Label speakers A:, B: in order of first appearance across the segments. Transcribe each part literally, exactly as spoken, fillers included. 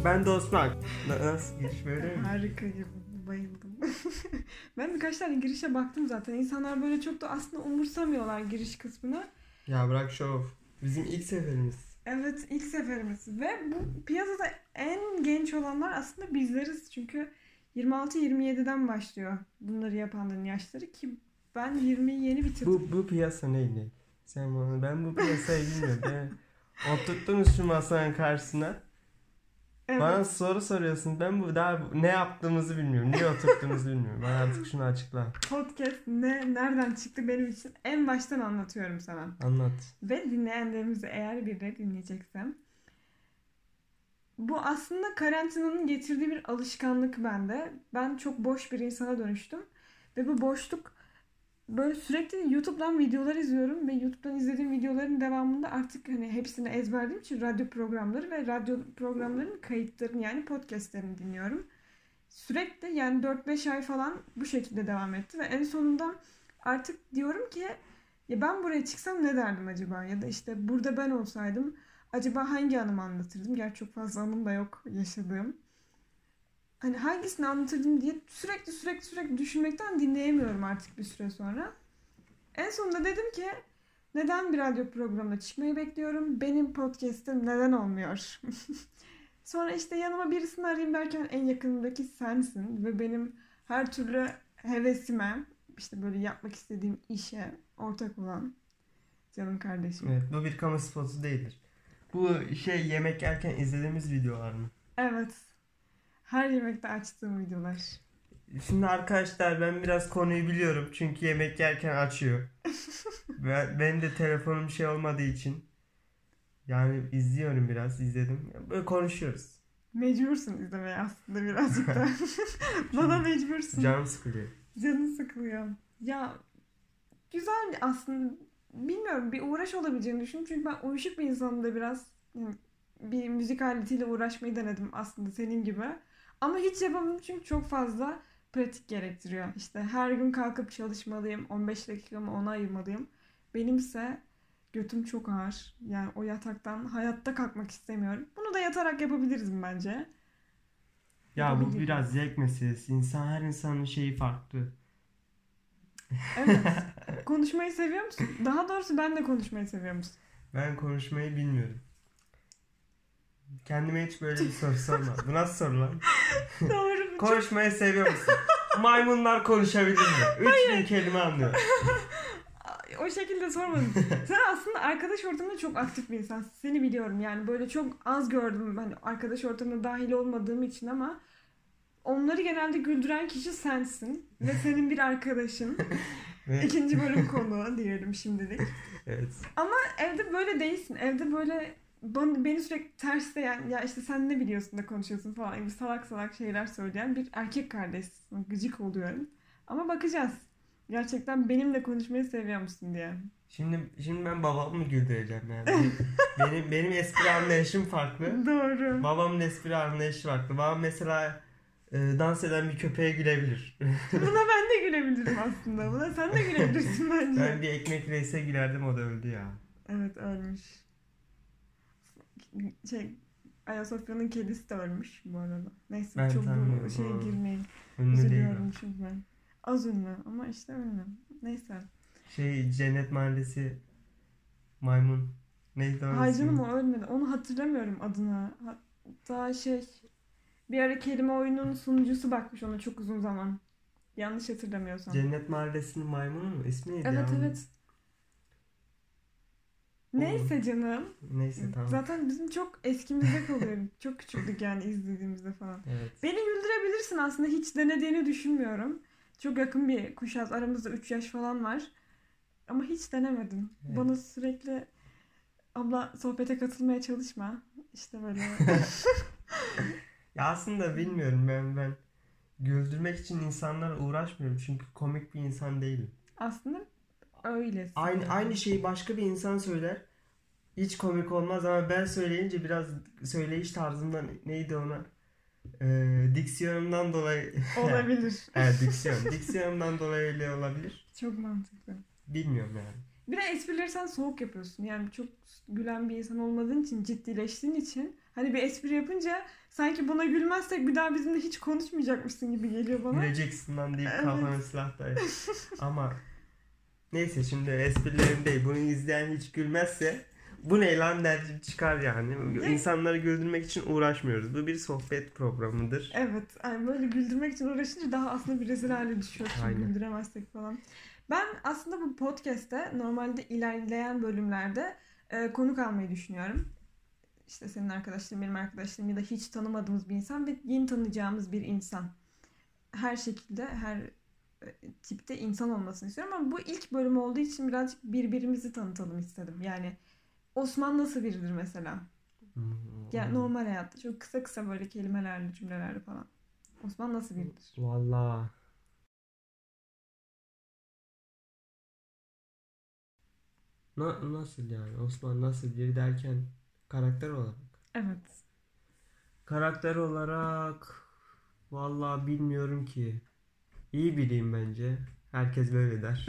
A: Ben de Osman. Nasıl giriş böyle mi?
B: Harika gibi. Bayıldım. Ben birkaç tane girişe baktım zaten. İnsanlar böyle çok da aslında umursamıyorlar giriş kısmını.
A: Ya bırak şov. Bizim ilk seferimiz.
B: Evet, ilk seferimiz. Ve bu piyasada en genç olanlar aslında bizleriz. Çünkü yirmi altı yirmi yediden başlıyor bunları yapanların yaşları ki ben yirmiyi yeni bitirdim.
A: Bu, bu piyasa neydi? Sen bana, ben bu piyasayı bilmiyorum. Yani, oturttunuz şu masanın karşısına.
B: Evet.
A: Bana soru soruyorsun. Ben bu daha ne yaptığımızı bilmiyorum. Niye oturttuğumuzu bilmiyorum. Bana artık şunu açıkla.
B: Podcast ne, nereden çıktı benim için en baştan anlatıyorum sana.
A: Anlat.
B: Ve dinleyenlerimizi eğer bir de dinleyeceksem. Bu aslında karantinanın getirdiği bir alışkanlık bende. Ben çok boş bir insana dönüştüm. Ve bu boşluk böyle sürekli YouTube'dan videolar izliyorum. Ve YouTube'dan izlediğim videoların devamında artık hani hepsini ezberlediğim için radyo programları ve radyo programlarının kayıtlarını yani podcastlerini dinliyorum. Sürekli yani dört beş ay falan bu şekilde devam etti. Ve en sonunda artık diyorum ki ya ben buraya çıksam ne derdim acaba? Ya da işte burada ben olsaydım acaba hangi anımı anlatırdım? Gerçi çok fazla anım da yok yaşadığım. Hani hangisini anlatırdım diye sürekli sürekli sürekli düşünmekten dinleyemiyorum artık bir süre sonra. En sonunda dedim ki neden bir radyo programına çıkmayı bekliyorum? Benim podcast'im neden olmuyor? Sonra işte yanıma birisini arayayım derken en yakınımdaki sensin. Ve benim her türlü hevesime, işte böyle yapmak istediğim işe ortak olan canım kardeşim.
A: Evet, bu bir kamu spotu değildir. Bu şey yemek yerken izlediğimiz videolar mı?
B: Evet. Her yemekte açtığım videolar.
A: Şimdi arkadaşlar ben biraz konuyu biliyorum. Çünkü yemek yerken açıyor. Ve benim de telefonum şey olmadığı için yani izliyorum biraz izledim. Böyle konuşuyoruz.
B: Mecbursun izlemeye aslında birazcık da. Bana mecbursun.
A: Canım sıkılıyor.
B: Canın sıkılıyor. Ya güzel aslında, bilmiyorum, bir uğraş olabileceğini düşünüyorum. Çünkü ben uyuşuk bir insanım da biraz. Yani bir müzik aletiyle uğraşmayı denedim aslında senin gibi. Ama hiç yapamadım çünkü çok fazla pratik gerektiriyor. İşte her gün kalkıp çalışmalıyım. on beş dakikamı ona ayırmalıyım. Benimse götüm çok ağır. Yani o yataktan hayatta kalkmak istemiyorum. Bunu da yatarak yapabiliriz bence.
A: Ya bu biraz zevk meselesi. İnsan, her insanın şeyi farklı.
B: Evet. Konuşmayı seviyor musun? Daha doğrusu ben de konuşmayı seviyor musun?
A: Ben konuşmayı bilmiyorum. Kendime hiç böyle bir soru sorma. Bu nasıl soru lan?
B: Doğru.
A: Konuşmayı seviyor musun? Maymunlar konuşabilir mi? Üç bin kelime anlıyor.
B: O şekilde sormadım. Sen aslında arkadaş ortamında çok aktif bir insansın. Seni biliyorum yani, böyle çok az gördüm hani arkadaş ortamına dahil olmadığım için, ama onları genelde güldüren kişi sensin. Ve senin bir arkadaşın. İkinci bölüm konu diyelim şimdilik.
A: Evet.
B: Ama evde böyle değilsin. Evde böyle beni sürekli tersleyen, ya işte sen ne biliyorsun da konuşuyorsun falan gibi salak salak şeyler söyleyen bir erkek kardeşsin. Gıcık oluyorum. Ama bakacağız. Gerçekten benimle konuşmayı seviyor musun diye.
A: Şimdi şimdi ben babamı mı güldüreceğim yani? benim benim espri anlayışım farklı.
B: Doğru.
A: Babamın espri anlayışı farklı. Babam mesela e, dans eden bir köpeğe gülebilir.
B: Buna ben de gülebilirim aslında. Buna sen de gülebilirsin bence.
A: Ben bir ekmek reise gülerdim, o da öldü ya.
B: Evet, ölmüş. Şey, Ayasofya'nın kedisi de ölmüş bu arada. Neyse
A: Ben
B: çok bu şeye
A: ha.
B: girmeyin.
A: Ünlü değil
B: Üzülüyorum
A: o.
B: çünkü ben. Az ünlü ama işte ünlü. Neyse.
A: Şey, Cennet Mahallesi maymun. Neydi o
B: Hayır
A: ismi?
B: canım, o ölmedi. Onu hatırlamıyorum adını. Hatta şey, bir ara kelime oyununun sunucusu bakmış ona çok uzun zaman. Yanlış hatırlamıyorsam.
A: Cennet Mahallesi'nin maymunu mu? İsmi neydi
B: Evet
A: ya?
B: evet. Neyse canım.
A: Neyse tamam.
B: Zaten bizim çok eskimizde kalıyor. Çok küçüktük yani izlediğimizde falan.
A: Evet.
B: Beni güldürebilirsin aslında. Hiç denediğini düşünmüyorum. Çok yakın bir kuşağız. Aramızda üç yaş falan var. Ama hiç denemedim.
A: Evet.
B: Bana sürekli abla sohbete katılmaya çalışma. İşte böyle.
A: Ya aslında bilmiyorum, ben ben güldürmek için insanlara uğraşmıyorum çünkü komik bir insan değilim.
B: Aslında öylesin.
A: Aynı aynı şeyi başka bir insan söyler, hiç komik olmaz, ama ben söyleyince biraz söyleyiş tarzımdan, neydi ona, ee, diksiyonumdan dolayı
B: Olabilir.
A: evet, diksiyon diksiyonumdan dolayı öyle olabilir.
B: Çok mantıklı.
A: Bilmiyorum yani.
B: Bir de esprileri sen soğuk yapıyorsun. Yani çok gülen bir insan olmadığın için, ciddileştiğin için. Hani bir espri yapınca sanki buna gülmezsek bir daha bizimle hiç konuşmayacakmışsın gibi geliyor bana.
A: Güleceksin lan deyip
B: Evet.
A: kafana silah dayı. Ama neyse şimdi esprilerim değil. Bunu izleyen hiç gülmezse bu ne lan der çıkar yani.
B: Ya-
A: İnsanları güldürmek için uğraşmıyoruz. Bu bir sohbet programıdır.
B: Evet. Yani böyle güldürmek için uğraşınca daha aslında bir rezil hale düşüyoruz. Çünkü
A: Aynen.
B: güldüremezsek falan. Ben aslında bu podcast'te normalde ilerleyen bölümlerde e, konuk almayı düşünüyorum. İşte senin arkadaşların, benim arkadaşlarım ya da hiç tanımadığımız bir insan ve yeni tanıyacağımız bir insan. Her şekilde, her e, tipte insan olmasını istiyorum ama bu ilk bölüm olduğu için birazcık birbirimizi tanıtalım istedim. Yani Osman nasıl biridir mesela?
A: Hmm.
B: Yani normal hayatta çok kısa kısa böyle kelimelerle, cümlelerle falan. Osman nasıl biridir?
A: Vallahi Na- nasıl yani? Osman nasıl biri derken karakter olarak.
B: Evet.
A: Karakter olarak vallahi bilmiyorum ki. İyi biriyim bence. Herkes böyle der.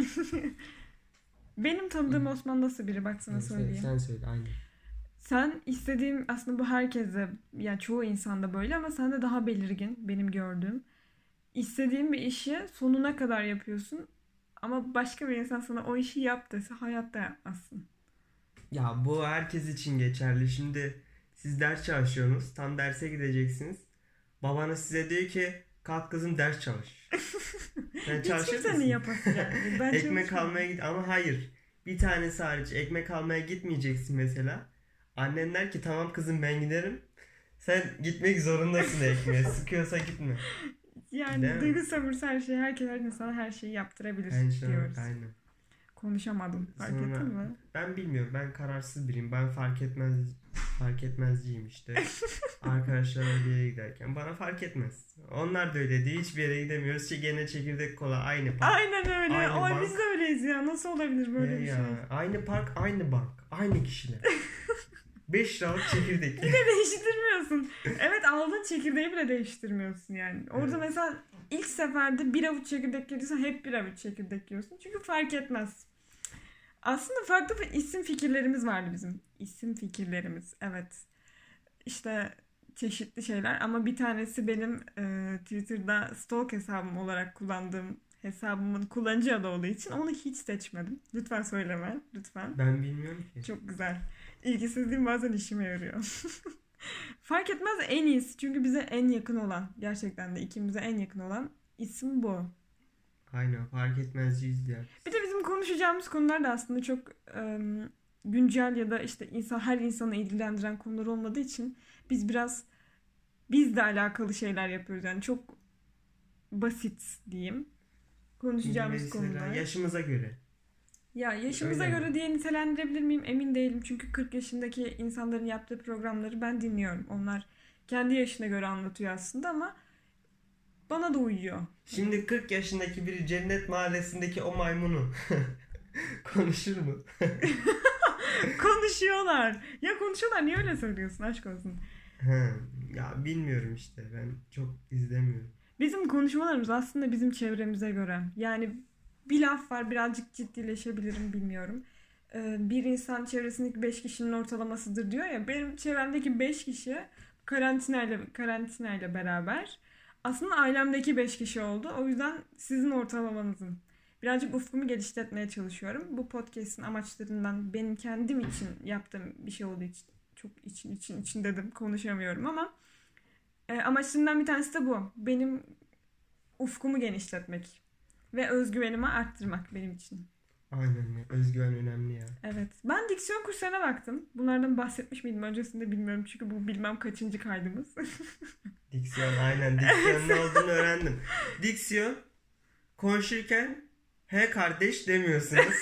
B: Benim tanıdığım Osman nasıl biri? Bak sana
A: Sen, sen,
B: söyleyeyim.
A: sen söyle aynen.
B: Sen istediğim aslında bu herkese yani çoğu insanda böyle ama sende daha belirgin benim gördüğüm. İstediğin bir işi sonuna kadar yapıyorsun ama başka bir insan sana o işi yap dese hayatta yapmazsın.
A: Ya bu herkes için geçerli. Şimdi siz ders çalışıyorsunuz. Tam derse gideceksiniz. Babanız size diyor ki kalk kızım ders çalış. Sen
B: Hiç
A: çalışır
B: kimsenin
A: mısın?
B: yapası yani. Ben
A: Ekmek
B: çalışmıyorum.
A: almaya git ama hayır. Bir tanesi hariç ekmek almaya gitmeyeceksin mesela. Annen der ki tamam kızım ben giderim. Sen gitmek zorundasın ekmeğe. Sıkıyorsa gitme. Değil
B: Yani
A: mi?
B: duygu sömürüsü her şeyi, herkes her insana her şeyi yaptırabilir
A: Aynen.
B: diyoruz.
A: Aynen.
B: Konuşamadım. Fark
A: Sonra
B: ettin mi?
A: ben bilmiyorum. Ben kararsız biriyim. Ben fark etmez fark etmezciyim işte. Arkadaşlarla bir yere giderken bana fark etmez. Onlar da öyle değil. Hiçbir yere gidemiyoruz. Şey, gene çekirdek kola aynı park.
B: Aynen öyle.
A: Aynı
B: Ay
A: bank.
B: biz de öyleyiz ya. Nasıl olabilir böyle
A: Ee,
B: bir
A: ya,
B: şey?
A: Aynı park, aynı bank, aynı kişiler. beş liralık çekirdek.
B: Bir de değiştirmiyorsun. Evet aldığın çekirdeği bile değiştirmiyorsun yani. Orada
A: Evet.
B: mesela ilk seferde bir avuç çekirdek yiyorsan hep bir avuç çekirdek yiyorsun. Çünkü fark etmez. Aslında farklı isim fikirlerimiz vardı bizim. İsim fikirlerimiz. Evet. İşte çeşitli şeyler ama bir tanesi benim e, Twitter'da stalk hesabım olarak kullandığım hesabımın kullanıcı adı olduğu için onu hiç seçmedim. Lütfen söyleme. Lütfen.
A: Ben bilmiyorum ki.
B: Çok güzel. İlgisizliğim bazen işime yarıyor. Fark etmez en iyisi. Çünkü bize en yakın olan, gerçekten de ikimize en yakın olan isim bu.
A: Aynen fark etmezciyiz ya.
B: Bir de bizim konuşacağımız konular da aslında çok e, güncel ya da işte insan her insanı ilgilendiren konular olmadığı için biz biraz bizle alakalı şeyler yapıyoruz. Yani çok basit diyeyim. Konuşacağımız
A: Mesela
B: konular.
A: yaşımıza göre.
B: Ya yaşımıza
A: Öyle mi?
B: göre diye nitelendirebilir miyim emin değilim. Çünkü kırk yaşındaki insanların yaptığı programları ben dinliyorum. Onlar kendi yaşına göre anlatıyor aslında ama bana da uyuyor.
A: Şimdi kırk yaşındaki biri Cennet Mahallesi'ndeki o maymunu konuşur mu?
B: Konuşuyorlar. Ya konuşuyorlar, niye öyle söylüyorsun aşk olsun.
A: He, ya bilmiyorum işte ben çok izlemiyorum.
B: Bizim konuşmalarımız aslında bizim çevremize göre. Yani bir laf var, birazcık ciddileşebilirim bilmiyorum. Ee, bir insan çevresindeki beş kişinin ortalamasıdır diyor ya. Benim çevremdeki beş kişi karantinayla karantinayla beraber aslında ailemdeki beş kişi oldu. O yüzden sizin ortalamanızın. Birazcık ufkumu geliştirmeye çalışıyorum. Bu podcast'in amaçlarından benim kendim için yaptığım bir şey olduğu için çok için için için dedim konuşamıyorum ama e, amaçlarından bir tanesi de bu. Benim ufkumu genişletmek ve özgüvenimi arttırmak benim için.
A: Aynen ya. Özgüven önemli ya.
B: Evet. Ben diksiyon kurslarına baktım. Bunlardan bahsetmiş miydim öncesinde bilmiyorum çünkü bu bilmem kaçıncı kaydımız.
A: Diksiyon aynen. Diksiyon ne olduğunu öğrendim. Diksiyon konuşurken he kardeş demiyorsunuz.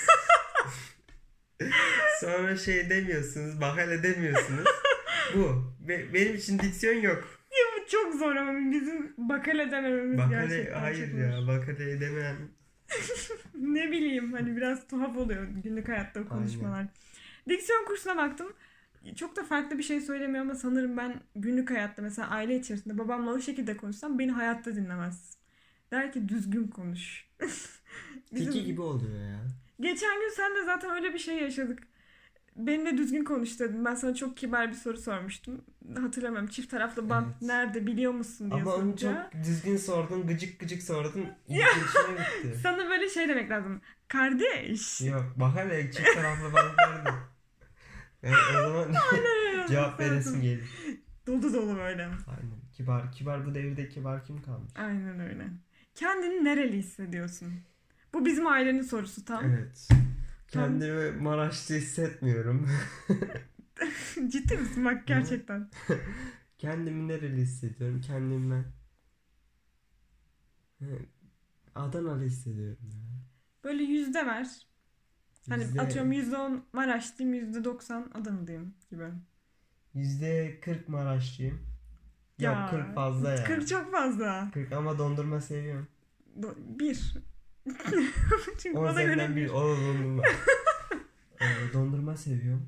A: Sonra şey demiyorsunuz. Bak hele demiyorsunuz. Bu. Be- benim için diksiyon yok.
B: Bu çok zor ama bizim bakale demememiz
A: Bak hele
B: gerçekten
A: hayır
B: çok
A: ya.
B: zor.
A: Bak hele demem.
B: Ne bileyim hani biraz tuhaf oluyor günlük hayatta o konuşmalar. Diksiyon kursuna baktım. Çok da farklı bir şey söylemiyor ama sanırım ben günlük hayatta mesela aile içerisinde babamla o şekilde konuşsam beni hayatta dinlemez. Der ki düzgün konuş.
A: Tiki gibi oluyor ya.
B: Geçen gün sen de zaten öyle bir şey yaşadık. Benimle düzgün konuş dedim. Ben sana çok kibar bir soru sormuştum. Hatırlamıyorum. Çift taraflı bant
A: Evet.
B: nerede biliyor musun diye
A: Ama onu
B: sorunca.
A: çok düzgün sordun, gıcık gıcık sordun. İlginçine gitti.
B: Sana böyle şey demek lazım. Kardeş.
A: Yok, bak hele çift taraflı bant nerede? Yani o zaman cevap veresim gelir.
B: Dolu dolu böyle.
A: Aynen. Kibar, kibar bu devirde kibar kim kalmış?
B: Aynen öyle. Kendini nereli hissediyorsun? Bu bizim ailenin sorusu tam.
A: Evet. Kendimi Maraşlı hissetmiyorum.
B: Ciddi misin? Bak gerçekten.
A: Kendimi nereli hissediyorum? Kendimi ben Adanalı hissediyorum ya.
B: Böyle yüzde ver. Hani
A: Yüzde,
B: atıyorum yüzde on Maraşlıyım, yüzde doksan Adanalıyım gibi.
A: yüzde kırk Maraşlıyım. Yok
B: Ya,
A: kırk fazla ya.
B: kırk çok fazla.
A: kırk ama dondurma seviyorum.
B: Do- bir. Çünkü
A: on
B: bana göre
A: senden bir.
B: bir.
A: O dondurma. Ee, dondurma seviyorum.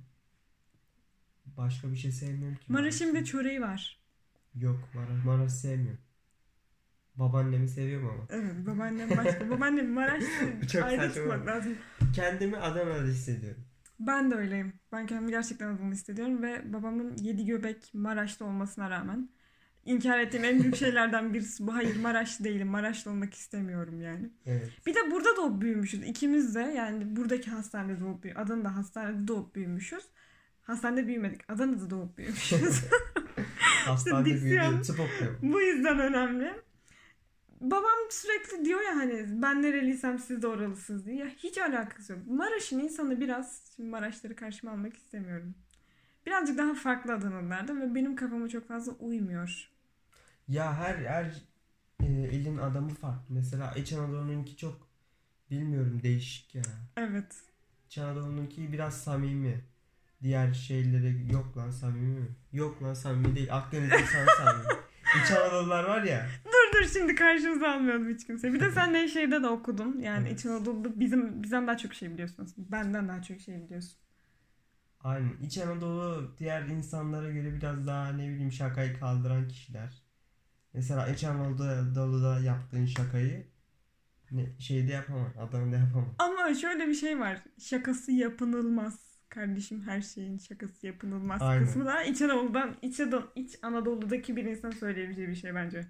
A: Başka bir şey sevmiyorum ki.
B: Maraş'ın bir de çöreği var.
A: Yok Maraş, Maraş sevmiyorum. Babaannemi seviyorum ama.
B: Evet, babaannem başka. Babaannem Maraş'ı
A: Çok
B: ayrı
A: saçma.
B: tutmak lazım.
A: Kendimi Adana'da hissediyorum.
B: Ben de öyleyim. Ben kendimi gerçekten Adana'da hissediyorum ve babamın yedi göbek Maraş'ta olmasına rağmen inkar ettiğim en büyük şeylerden birisi bu. Hayır, Maraşlı değilim. Maraşlı olmak istemiyorum yani.
A: Evet.
B: Bir de burada doğup büyümüşüz. İkimiz de yani buradaki hastanede doğup büyümüşüz. Adana'da hastanede doğup büyümüşüz. Hastanede büyümedik. Adana'da doğup büyümüşüz.
A: Hastanede
B: diksiyon.
A: büyüdüm. Tıp okuyorum.
B: Bu yüzden önemli. Babam sürekli diyor ya hani ben nereliysem siz de oralısınız diye. Ya hiç alakası yok. Maraş'ın insanı biraz, şimdi Maraşları karşıma almak istemiyorum. Birazcık daha farklı Adanalılardan ve benim kafama çok fazla uymuyor.
A: Ya her her e, ilin adamı farklı. Mesela İç Anadolu'nunki çok bilmiyorum değişik ya.
B: Evet.
A: İç Anadolu'nunki biraz samimi. Diğer şeylere yok lan samimi mi? Yok lan samimi değil. Akdeniz insanı samimi. İç Anadolular var ya.
B: Dur dur şimdi karşımıza almıyordum hiç kimse. Bir de sen Nevşehir'de de okudun. Yani
A: Evet.
B: İç Anadolu'da bizim, bizden daha çok şey biliyorsun aslında. Benden daha çok şey biliyorsun.
A: Aynen. İç Anadolu diğer insanlara göre biraz daha ne bileyim şakayı kaldıran kişiler. Mesela İç Anadolu'da yaptığın şakayı ne, şeyde yapamam. Adana'da yapamam.
B: Ama şöyle bir şey var. Şakası yapınılmaz. Kardeşim her şeyin şakası yapınılmaz
A: Aynen.
B: kısmı da İç Anadolu'dan İç, Anadolu, İç Anadolu'daki bir insan söyleyebileceği bir şey bence.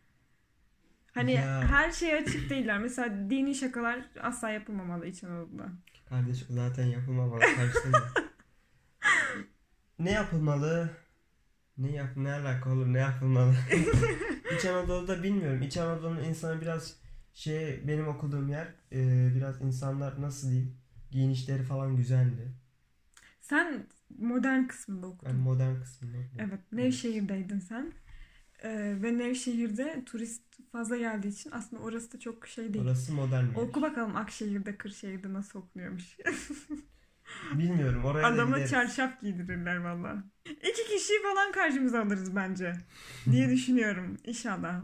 B: Hani
A: Ya.
B: her şeye açık değiller. Mesela dini şakalar asla yapılmamalı İç Anadolu'da.
A: Kardeşim zaten yapılmamalı. Karşısında. Ne yapılmalı? Ne yap ne alaka olur ne yapılmalı? İç Anadolu'da bilmiyorum. İç Anadolu'nun insanı biraz şey benim okuduğum yer e, biraz insanlar nasıl diyeyim giyinişleri falan güzeldi.
B: Sen modern kısmında okudun.
A: Ben modern kısmında okudum.
B: Evet, Nevşehir'deydin sen. Ee, ve Nevşehir'de turist fazla geldiği için aslında orası da çok şey değil.
A: Orası modern bir yer.
B: Oku bakalım Akşehir'de, Kırşehir'de nasıl okunuyormuş.
A: Bilmiyorum oraya da
B: Adama
A: gideriz.
B: çarşaf giydirirler valla. İki kişiyi falan karşımıza alırız bence diye düşünüyorum inşallah.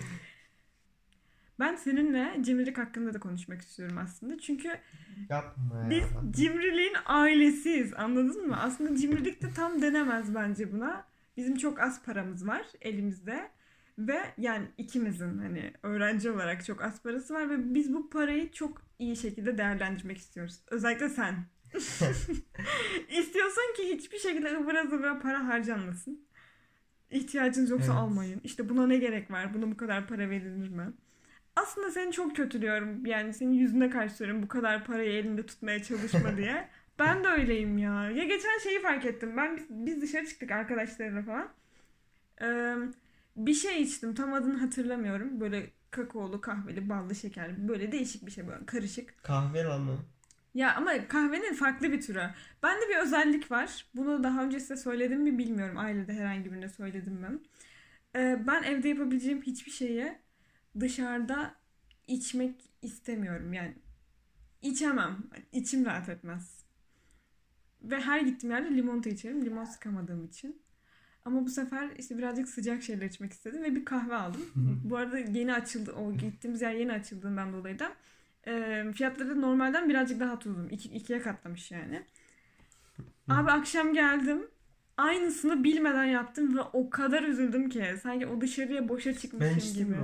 B: Ben seninle cimrilik hakkında da konuşmak istiyorum aslında. Çünkü
A: Yapma ya.
B: biz cimriliğin ailesiyiz, anladın mı? Aslında cimrilik de tam denemez bence buna. Bizim çok az paramız var elimizde. Ve yani ikimizin hani öğrenci olarak çok az parası var ve biz bu parayı çok iyi şekilde değerlendirmek istiyoruz. Özellikle sen. İstiyorsun ki hiçbir şekilde ıvıra zıvıra para harcanmasın. İhtiyacınız yoksa
A: Evet.
B: almayın. İşte buna ne gerek var? Buna bu kadar para verilir mi? Aslında seni çok kötülüyorum. Yani senin yüzüne karşı söylüyorum bu kadar parayı elinde tutmaya çalışma diye. Ben de öyleyim ya. Ya geçen şeyi fark ettim. Ben biz, biz dışarı çıktık arkadaşlarla falan. Ee, bir şey içtim. Tam adını hatırlamıyorum. Böyle kakaolu, kahveli, ballı, şekerli. Böyle değişik bir şey böyle karışık.
A: Kahve lan mı?
B: Ya ama kahvenin farklı bir türü. Bende bir özellik var. Bunu daha önce size söyledim mi bilmiyorum. Ailede herhangi birine söyledim mi? Ee, ben evde yapabileceğim hiçbir şeyi dışarıda içmek istemiyorum. Yani içemem. İçim rahat etmez. Ve her gittiğim yerde limonata içerim. Limon sıkamadığım için. Ama bu sefer işte birazcık sıcak şeyler içmek istedim ve bir kahve aldım. Bu arada yeni açıldı. O gittiğimiz yer yeni açıldığından dolayı da e, fiyatları da normalden birazcık daha tuzlu. İki, ikiye katlamış yani. Abi akşam geldim. Aynısını bilmeden yaptım ve o kadar üzüldüm ki. Sanki o dışarıya boşa
A: Ben
B: çıkmışım
A: içtim
B: gibi.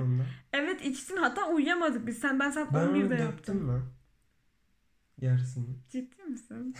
A: mi onunla? Evet, içtim mi? Onunla?
B: Evet içtin, hatta uyuyamadık biz. Sen ben saat on birde
A: Ben onu
B: yaptım.
A: döktüm lan. Yarısını.
B: Ciddi misin?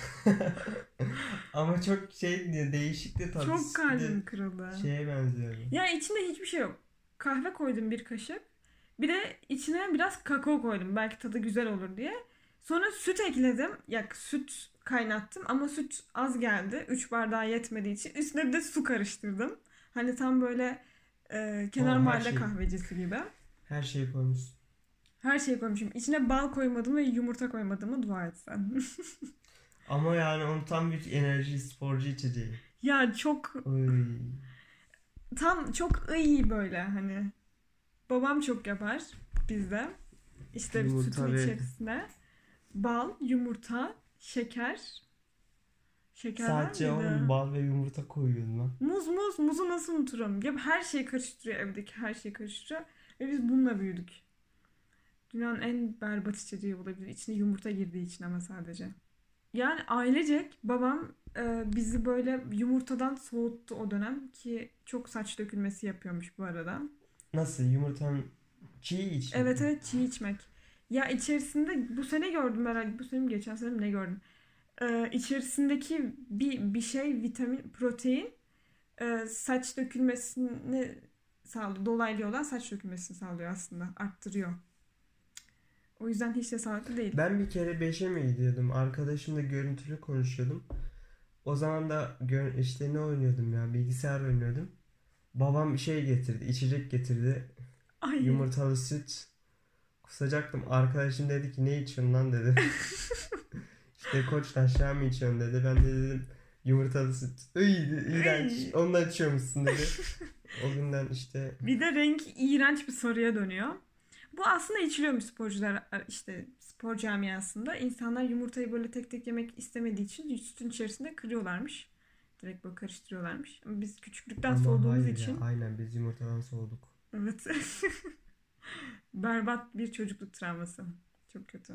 A: Ama çok şey diye değişikti tadı.
B: Çok kalbim kırıldı.
A: Şeye benziyor.
B: Ya içinde hiçbir şey yok. Kahve koydum bir kaşık. Bir de içine biraz kakao koydum. Belki tadı güzel olur diye. Sonra süt ekledim. Ya süt kaynattım ama süt az geldi. üç bardağı yetmediği için. Üstüne bir de su karıştırdım. Hani tam böyle e, kenar
A: Aa, her
B: mahalle
A: şey.
B: kahvecisi gibi.
A: Her şeyi koymuşsun.
B: Her şeyi koymuşum. İçine bal koymadım ve yumurta koymadığımı dua etsen.
A: Ama yani onun tam bir enerji sporcu içeceği.
B: Ya çok
A: Oy.
B: tam çok iyi böyle hani. Babam çok yapar bizde. İşte
A: Yumurta
B: sütün
A: ve-
B: içerisine bal, yumurta, şeker. Şeker var
A: Sadece
B: mıydı?
A: onun bal ve yumurta koyuyorsun lan.
B: Muz muz. Muzu nasıl unuturum? Ya her şeyi karıştırıyor evdeki her şeyi karıştırıyor. Ve biz bununla büyüdük. Dünyanın en berbat içeceği olabilir. İçine yumurta girdiği için ama sadece. Yani ailecek babam e, bizi böyle yumurtadan soğuttu o dönem ki çok saç dökülmesi yapıyormuş bu arada.
A: Nasıl? Yumurtanın çiğ içi.
B: Evet evet çiğ içmek. Ya içerisinde bu sene gördüm herhalde. Bu sene mi geçen sene mi ne gördüm? Ee, içerisindeki bir, bir şey vitamin, protein e, saç dökülmesini sağlıyor. Dolaylı yoldan saç dökülmesini sağlıyor aslında. Arttırıyor. O yüzden hiç de sağlıklı değil.
A: Ben bir kere beşe mi gidiyordum? Arkadaşımla görüntülü konuşuyordum. O zaman da gö- işte ne oynuyordum ya? Bilgisayar oynuyordum. Babam bir şey getirdi. İçecek getirdi.
B: Ay.
A: Yumurtalı süt. Kusacaktım. Arkadaşım dedi ki ne içiyorsun lan dedi. İşte koç aşağı mı içiyorsun dedi. Ben de dedim yumurtalı süt. Iy, iğrenç.
B: Ay.
A: Ondan içiyormuşsun dedi. O günden işte
B: Bir de renk iğrenç bir sarıya dönüyor. Bu aslında içiliyormuş sporcular işte spor camiasında. İnsanlar yumurtayı böyle tek tek yemek istemediği için sütün içerisinde kırıyorlarmış. Direkt böyle karıştırıyorlarmış. Ama biz küçüklükten
A: ama
B: soğuduğumuz
A: hayır
B: için.
A: ya. Aynen biz yumurtadan soğuduk.
B: Evet. Berbat bir çocukluk travması. Çok kötü.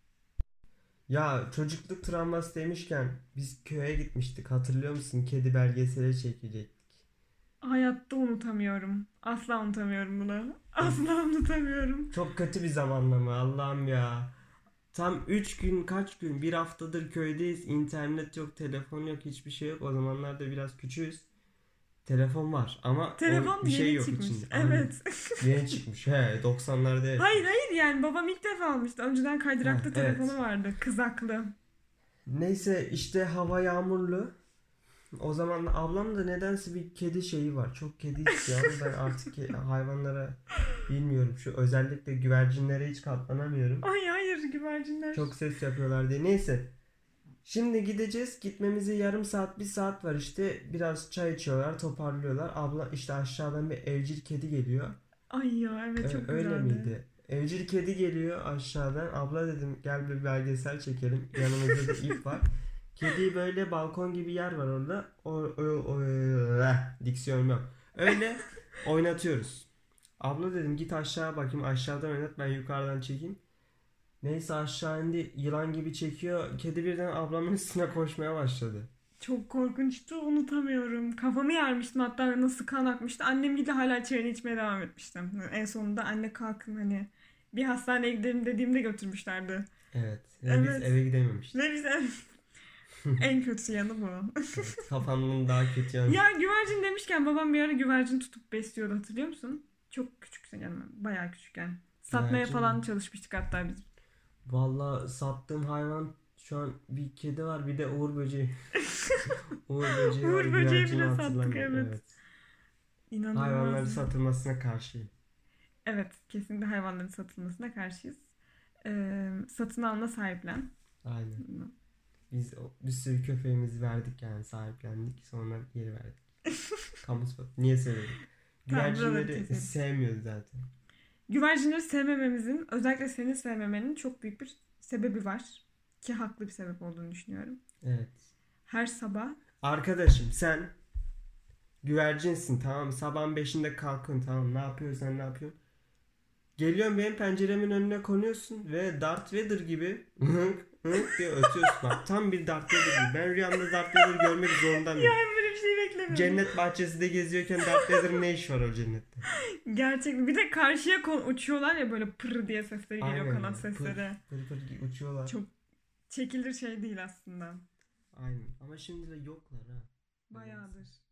A: Ya çocukluk travması demişken biz köye gitmiştik. Hatırlıyor musun? Kedi belgeseli çekecektik.
B: Hayatta unutamıyorum. Asla unutamıyorum bunu. Asla unutamıyorum.
A: Çok kötü bir zamanlama Allah'ım ya. Tam üç gün kaç gün bir haftadır köydeyiz. İnternet yok, telefon yok, hiçbir şey yok. O zamanlarda biraz küçüğüz. Telefon var ama
B: Telefon
A: o bir şey
B: yeni
A: yok
B: çıkmış.
A: içinde.
B: Evet.
A: Aynen. Yeni çıkmış. He doksanlarda evet.
B: Hayır hayır yani babam ilk defa almıştı. Önceden kaydıraklı
A: Ha,
B: telefonu
A: evet.
B: vardı. Kızaklı.
A: Neyse işte hava yağmurlu. O zaman da ablam da nedense bir kedi şeyi var. Çok kedi istiyor ama ben artık ke- hayvanlara bilmiyorum. Şu özellikle güvercinlere hiç katlanamıyorum.
B: Ay hayır güvercinler.
A: Çok ses yapıyorlar diye. Neyse. Şimdi gideceğiz. Gitmemize yarım saat, bir saat var işte. Biraz çay içiyorlar, toparlıyorlar. Abla işte aşağıdan bir evcil kedi geliyor.
B: Ay ya evet
A: Ö-
B: çok
A: öyle
B: güzeldi.
A: miydi? Evcil kedi geliyor aşağıdan. Abla dedim gel bir belgesel çekelim. Yanımızda da ip var. Kediyi böyle balkon gibi yer var orada. O, o, o, eh, diksiyon yok. Öyle oynatıyoruz. Abla dedim git aşağı bakayım. Aşağıdan oynat ben yukarıdan çekeyim. Neyse aşağı indi. Yılan gibi çekiyor. Kedi birden ablamın üstüne koşmaya başladı.
B: Çok korkunçtu unutamıyorum. Kafamı yarmıştım hatta nasıl kan akmıştı. Annem gibi hala çayını içmeye devam etmiştim. En sonunda anne kalkın hani bir hastaneye gidelim dediğimde götürmüşlerdi.
A: Evet. Ve
B: Evet.
A: biz eve gidememiştik.
B: Ve bize en kötü yanı bu.
A: Evet, kafanın daha kötü yanı.
B: Ya güvercin demişken babam bir ara güvercin tutup besliyordu hatırlıyor musun? Çok küçüksen yani bayağı küçükken. Satmaya
A: Güvercin
B: falan
A: mi?
B: çalışmıştık hatta biz.
A: Vallahi sattığım hayvan şu an bir kedi var bir de uğur böceği. Uğur böceği var.
B: Uğur böceği
A: güvercini
B: bile sattık,
A: hatırlamıyorum.
B: evet. İnanılmaz.
A: Hayvanların satılmasına karşıyım.
B: Evet kesinlikle hayvanların satılmasına karşıyız. Ee, satın alma sahiplen.
A: Aynen. Biz o- bir sürü köpeğimizi verdik yani sahiplendik sonra geri verdik. Kamu spotu. Niye söyledik?
B: Tamam, buraları
A: Güvercinleri
B: keselim.
A: sevmiyordu zaten.
B: Güvercinleri sevmememizin özellikle seni sevmemenin çok büyük bir sebebi var. Ki haklı bir sebep olduğunu düşünüyorum.
A: Evet.
B: Her sabah
A: Arkadaşım sen güvercinsin tamam mı? Sabahın beşinde kalkın tamam mı? Ne yapıyorsan ne yapıyorsun? Geliyorsun benim penceremin önüne konuyorsun ve Darth Vader gibi hınk hınk diye ötüyorsun. Bak tam bir Darth Vader gibi. Ben rüyamda Darth Vader'ı görmek zorunda mıyım?
B: yani böyle bir şey beklemiyorum.
A: Cennet bahçesinde geziyorken Darth Vader'ın ne işi var o cennette?
B: Gerçekten. Bir de karşıya kon- uçuyorlar ya böyle pır diye sesleri geliyor
A: Aynen
B: kanat
A: ya.
B: sesleri.
A: Pır pır pır uçuyorlar.
B: Çok çekilir şey değil aslında.
A: Aynen. Ama şimdi de yoklar ha.
B: Bayağıdır.